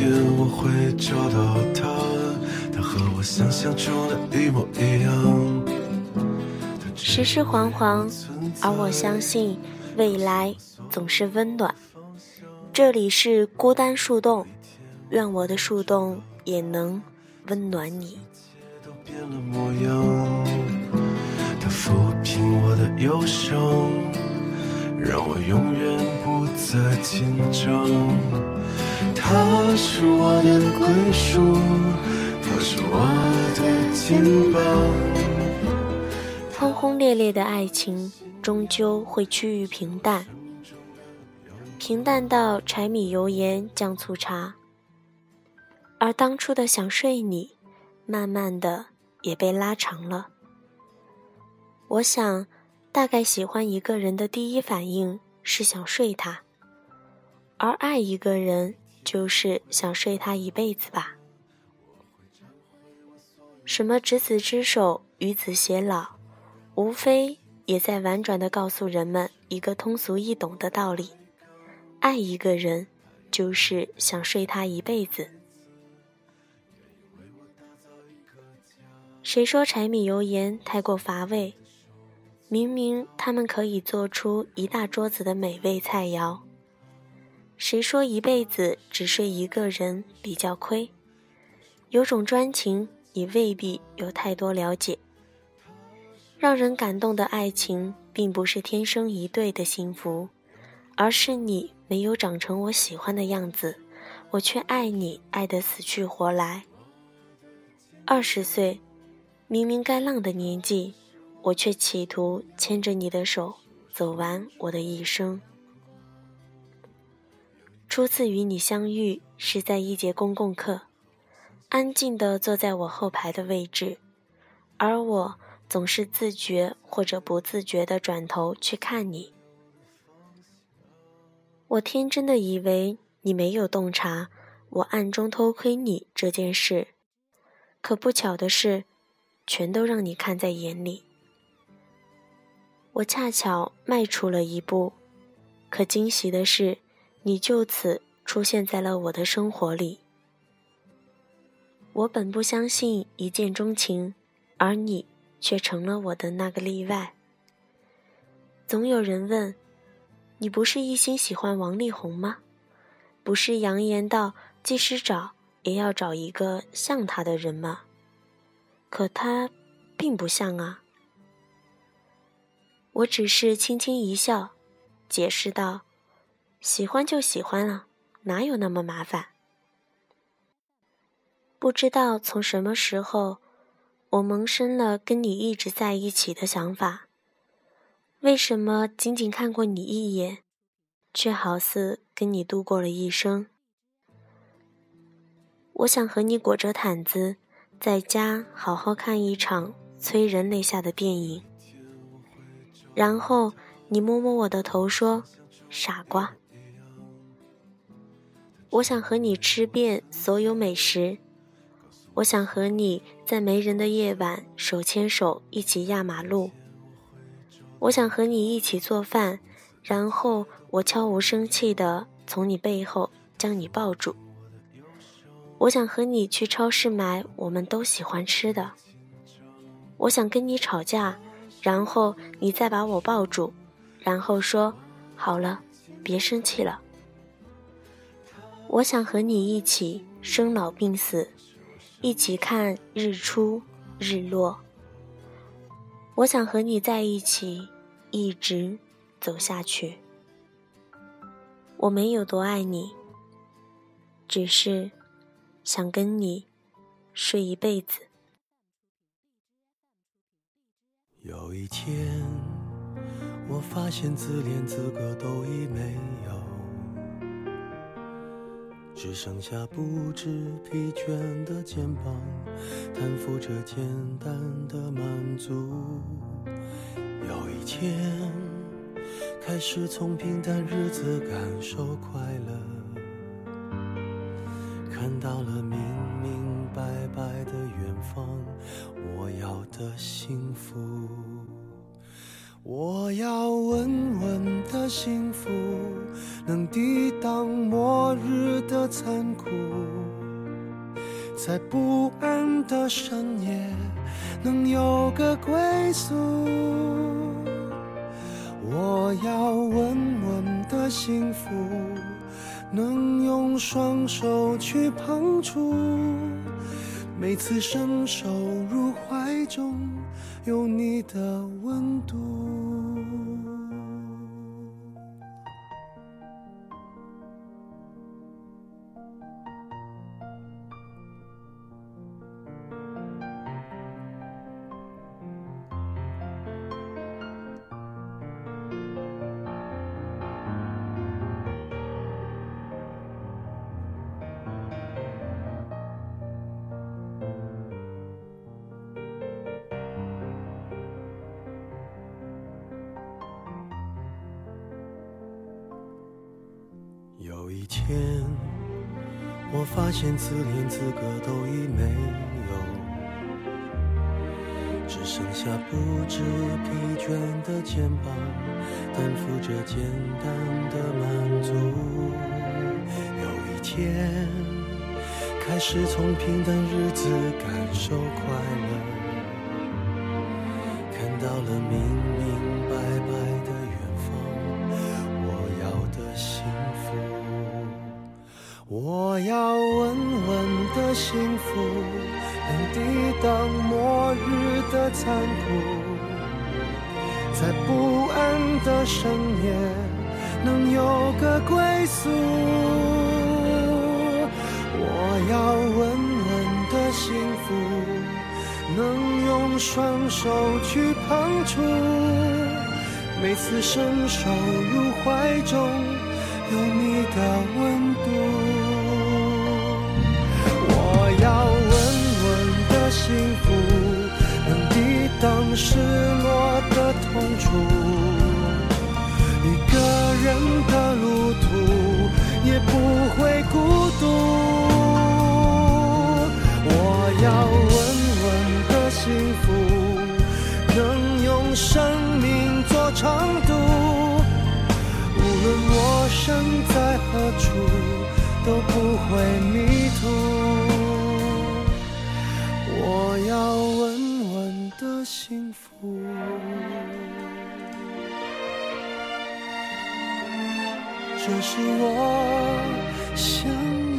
天我会找到他，他和我想象中的一模一样。 世事惶惶，而我相信未来总是温暖。这里是孤单树洞，愿我的树洞也能温暖你。 都变了模样，他抚平我的忧伤，让我永远不再紧张。他是我的归属，他是我的肩膀。 轰轰烈烈的爱情终究会趋于平淡，平淡到柴米油盐酱醋茶，而当初的想睡你慢慢的也被拉长了。我想大概喜欢一个人的第一反应是想睡他，而爱一个人就是想睡他一辈子吧。什么执子之手与子偕老，无非也在婉转地告诉人们一个通俗易懂的道理：爱一个人就是想睡他一辈子。谁说柴米油盐太过乏味？明明他们可以做出一大桌子的美味菜肴。谁说一辈子只睡一个人比较亏？有种专情也未必有太多了解。让人感动的爱情并不是天生一对的幸福，而是你没有长成我喜欢的样子，我却爱你爱得死去活来。20岁，明明该浪的年纪，我却企图牵着你的手走完我的一生。初次与你相遇是在一节公共课，安静地坐在我后排的位置，而我总是自觉或者不自觉地转头去看你。我天真的以为你没有洞察我暗中偷窥你这件事，可不巧的是，全都让你看在眼里。我恰巧迈出了一步，可惊喜的是，你就此出现在了我的生活里。我本不相信一见钟情，而你却成了我的那个例外。总有人问，你不是一心喜欢王力宏吗？不是扬言到即使找也要找一个像他的人吗？可他并不像啊。我只是轻轻一笑，解释道，喜欢就喜欢了，哪有那么麻烦。不知道从什么时候，我萌生了跟你一直在一起的想法。为什么仅仅看过你一眼，却好似跟你度过了一生？我想和你裹着毯子，在家好好看一场催人泪下的电影。然后你摸摸我的头说，傻瓜。我想和你吃遍所有美食，我想和你在没人的夜晚手牵手一起压马路，我想和你一起做饭，然后我悄无声气地从你背后将你抱住。我想和你去超市买我们都喜欢吃的，我想跟你吵架，然后你再把我抱住，然后说，好了，别生气了。我想和你一起生老病死，一起看日出日落。我想和你在一起，一直走下去。我没有多爱你，只是想跟你睡一辈子。 有一天，我发现自怜资格都已没有，只剩下不知疲倦的肩膀，担负着简单的满足。有一天，开始从平淡日子感受快乐，看到了明明白白的远方，我要的幸福。我要稳稳的幸福， 能抵挡末日的残酷，在不安的深夜能有个归宿。我要稳稳的幸福，能用双手去碰触，每次伸手入怀中有你的温度。有一天，我发现自怜资格都已没有，只剩下不知疲倦的肩膀，担负着简单的满足。有一天，开始从平淡日子感受快乐，看到了明明白白的远方，我要的幸福。我要稳稳的幸福，能抵挡末日的残酷，在不安的深夜能有个归宿。我要稳稳的幸福，能用双手去碰触，每次伸手入怀中有你的温度。我要稳稳的幸福，能抵挡失落的痛楚，一个人的路途也不会孤独。我要稳稳的幸福，能用生命做长度，无论我身在何处都不会迷途。我要稳稳的幸福。这是我想